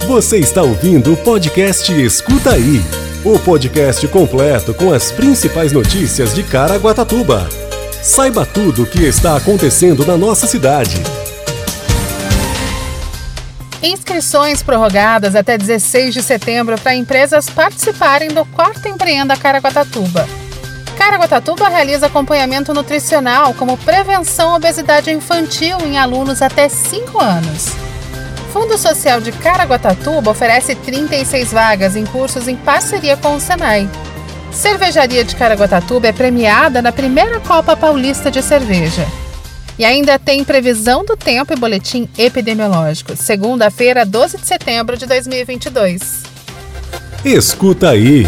Você está ouvindo o podcast Escuta Aí, o podcast completo com as principais notícias de Caraguatatuba. Saiba tudo o que está acontecendo na nossa cidade. Inscrições prorrogadas até 16 de setembro para empresas participarem do 4º Empreenda Caraguatatuba. Caraguatatuba realiza acompanhamento nutricional como prevenção à obesidade infantil em alunos até 5 anos. Fundo Social de Caraguatatuba oferece 36 vagas em cursos em parceria com o Senai. Cervejaria de Caraguatatuba é premiada na primeira Copa Paulista de Cerveja. E ainda tem previsão do tempo e boletim epidemiológico, segunda-feira, 12 de setembro de 2022. Escuta Aí.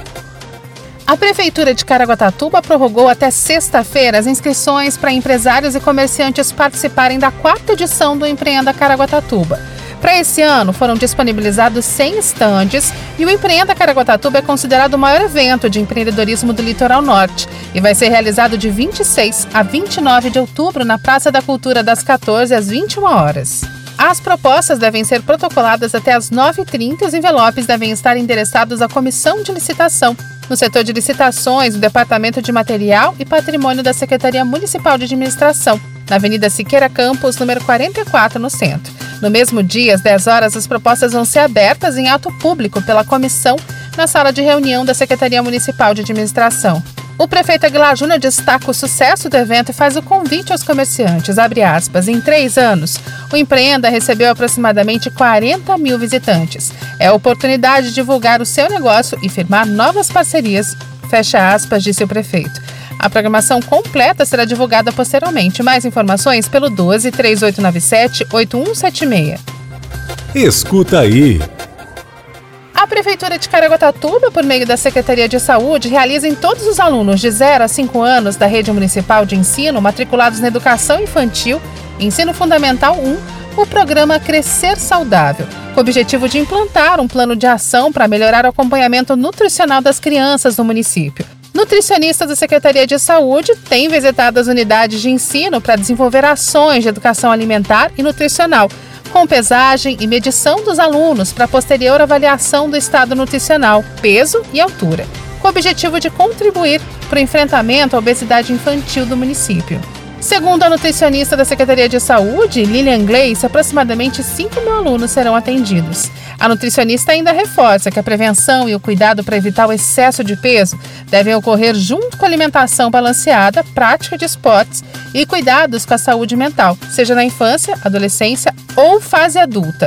A Prefeitura de Caraguatatuba prorrogou até sexta-feira as inscrições para empresários e comerciantes participarem da 4ª edição do Empreenda Caraguatatuba. Para esse ano, foram disponibilizados 100 estandes e o Empreenda Caraguatatuba é considerado o maior evento de empreendedorismo do Litoral Norte e vai ser realizado de 26 a 29 de outubro na Praça da Cultura das 14 às 21 horas. As propostas devem ser protocoladas até às 9h30 e os envelopes devem estar endereçados à Comissão de Licitação, no setor de licitações do Departamento de Material e Patrimônio da Secretaria Municipal de Administração, na Avenida Siqueira Campos, número 44, no centro. No mesmo dia, às 10 horas, as propostas vão ser abertas em ato público pela comissão na sala de reunião da Secretaria Municipal de Administração. O prefeito Aguilar Júnior destaca o sucesso do evento e faz o convite aos comerciantes, abre aspas, em 3 anos, o Empreenda recebeu aproximadamente 40 mil visitantes. É a oportunidade de divulgar o seu negócio e firmar novas parcerias, fecha aspas, disse o prefeito. A programação completa será divulgada posteriormente. Mais informações pelo 12-3897-8176. Escuta Aí. A Prefeitura de Caraguatatuba, por meio da Secretaria de Saúde, realiza em todos os alunos de 0 a 5 anos da Rede Municipal de Ensino matriculados na Educação Infantil, Ensino Fundamental 1, o programa Crescer Saudável, com o objetivo de implantar um plano de ação para melhorar o acompanhamento nutricional das crianças no município. Nutricionistas da Secretaria de Saúde têm visitado as unidades de ensino para desenvolver ações de educação alimentar e nutricional, com pesagem e medição dos alunos para posterior avaliação do estado nutricional, peso e altura, com o objetivo de contribuir para o enfrentamento à obesidade infantil do município. Segundo a nutricionista da Secretaria de Saúde, Lilian Gleice, aproximadamente 5 mil alunos serão atendidos. A nutricionista ainda reforça que a prevenção e o cuidado para evitar o excesso de peso devem ocorrer junto com a alimentação balanceada, prática de esportes e cuidados com a saúde mental, seja na infância, adolescência ou fase adulta.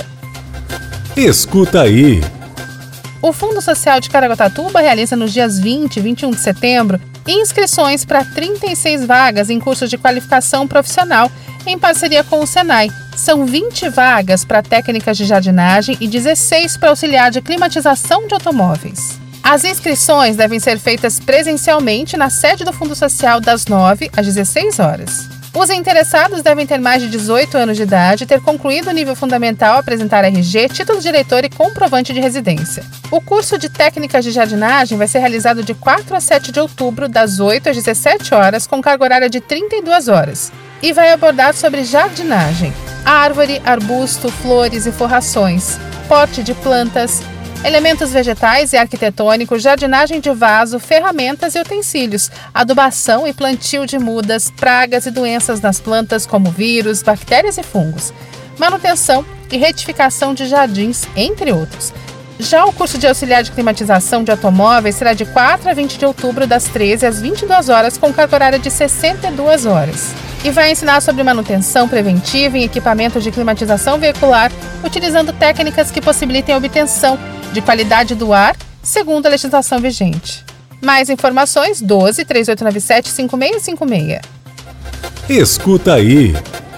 Escuta Aí. O Fundo Social de Caraguatatuba realiza nos dias 20 e 21 de setembro inscrições para 36 vagas em cursos de qualificação profissional em parceria com o Senai. São 20 vagas para técnicas de jardinagem e 16 para auxiliar de climatização de automóveis. As inscrições devem ser feitas presencialmente na sede do Fundo Social das 9 às 16 horas. Os interessados devem ter mais de 18 anos de idade, ter concluído o nível fundamental, apresentar RG, título de eleitor e comprovante de residência. O curso de técnicas de jardinagem vai ser realizado de 4 a 7 de outubro, das 8 às 17 horas, com carga horária de 32 horas. E vai abordar sobre jardinagem, árvore, arbusto, flores e forrações, porte de plantas, elementos vegetais e arquitetônicos, jardinagem de vaso, ferramentas e utensílios, adubação e plantio de mudas, pragas e doenças nas plantas como vírus, bactérias e fungos, manutenção e retificação de jardins, entre outros. Já o curso de auxiliar de climatização de automóveis será de 4 a 20 de outubro, das 13 às 22 horas, com carga horária de 62 horas. E vai ensinar sobre manutenção preventiva em equipamentos de climatização veicular, utilizando técnicas que possibilitem a obtenção de qualidade do ar, segundo a legislação vigente. Mais informações, 12-3897-5656. Escuta Aí.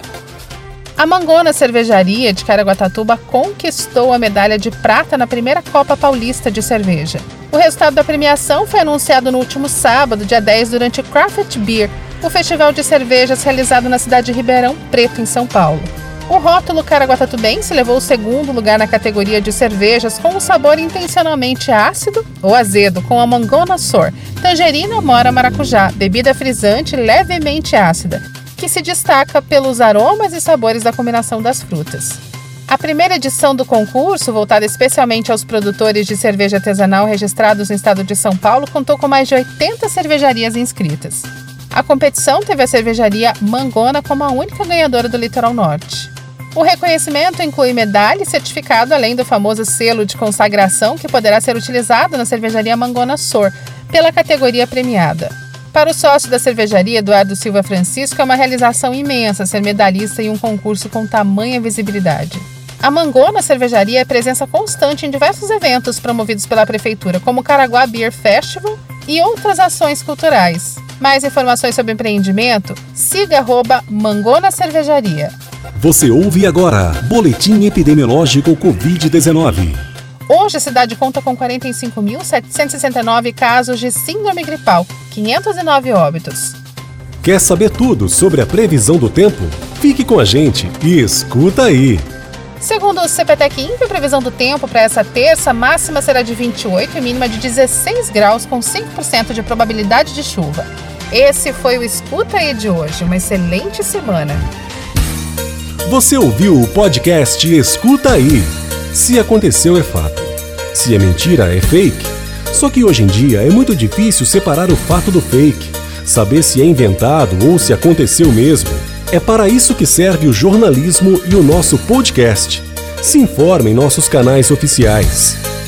A Mangona Cervejaria de Caraguatatuba conquistou a medalha de prata na primeira Copa Paulista de Cerveja. O resultado da premiação foi anunciado no último sábado, dia 10, durante o Craft Beer, o festival de cervejas realizado na cidade de Ribeirão Preto, em São Paulo. O rótulo caraguatatubense levou o 2º lugar na categoria de cervejas com um sabor intencionalmente ácido ou azedo, com a Mangona Sour, tangerina, mora, maracujá, bebida frisante levemente ácida, que se destaca pelos aromas e sabores da combinação das frutas. A primeira edição do concurso, voltada especialmente aos produtores de cerveja artesanal registrados no estado de São Paulo, contou com mais de 80 cervejarias inscritas. A competição teve a cervejaria Mangona como a única ganhadora do Litoral Norte. O reconhecimento inclui medalha e certificado, além do famoso selo de consagração que poderá ser utilizado na cervejaria Mangona Sor, pela categoria premiada. Para o sócio da cervejaria, Eduardo Silva Francisco, é uma realização imensa ser medalhista em um concurso com tamanha visibilidade. A Mangona Cervejaria é presença constante em diversos eventos promovidos pela Prefeitura, como o Caraguá Beer Festival e outras ações culturais. Mais informações sobre empreendimento? Siga @Mangona Cervejaria. Você ouve agora Boletim Epidemiológico Covid-19. Hoje a cidade conta com 45.769 casos de síndrome gripal, 509 óbitos. Quer saber tudo sobre a previsão do tempo? Fique com a gente e escuta aí! Segundo o CPTEC Info, a previsão do tempo para essa terça, máxima será de 28 e mínima de 16 graus, com 5% de probabilidade de chuva. Esse foi o Escuta Aí de hoje. Uma excelente semana. Você ouviu o podcast Escuta Aí. Se aconteceu é fato. Se é mentira é fake. Só que hoje em dia é muito difícil separar o fato do fake, saber se é inventado ou se aconteceu mesmo. É para isso que serve o jornalismo e o nosso podcast. Se informe em nossos canais oficiais.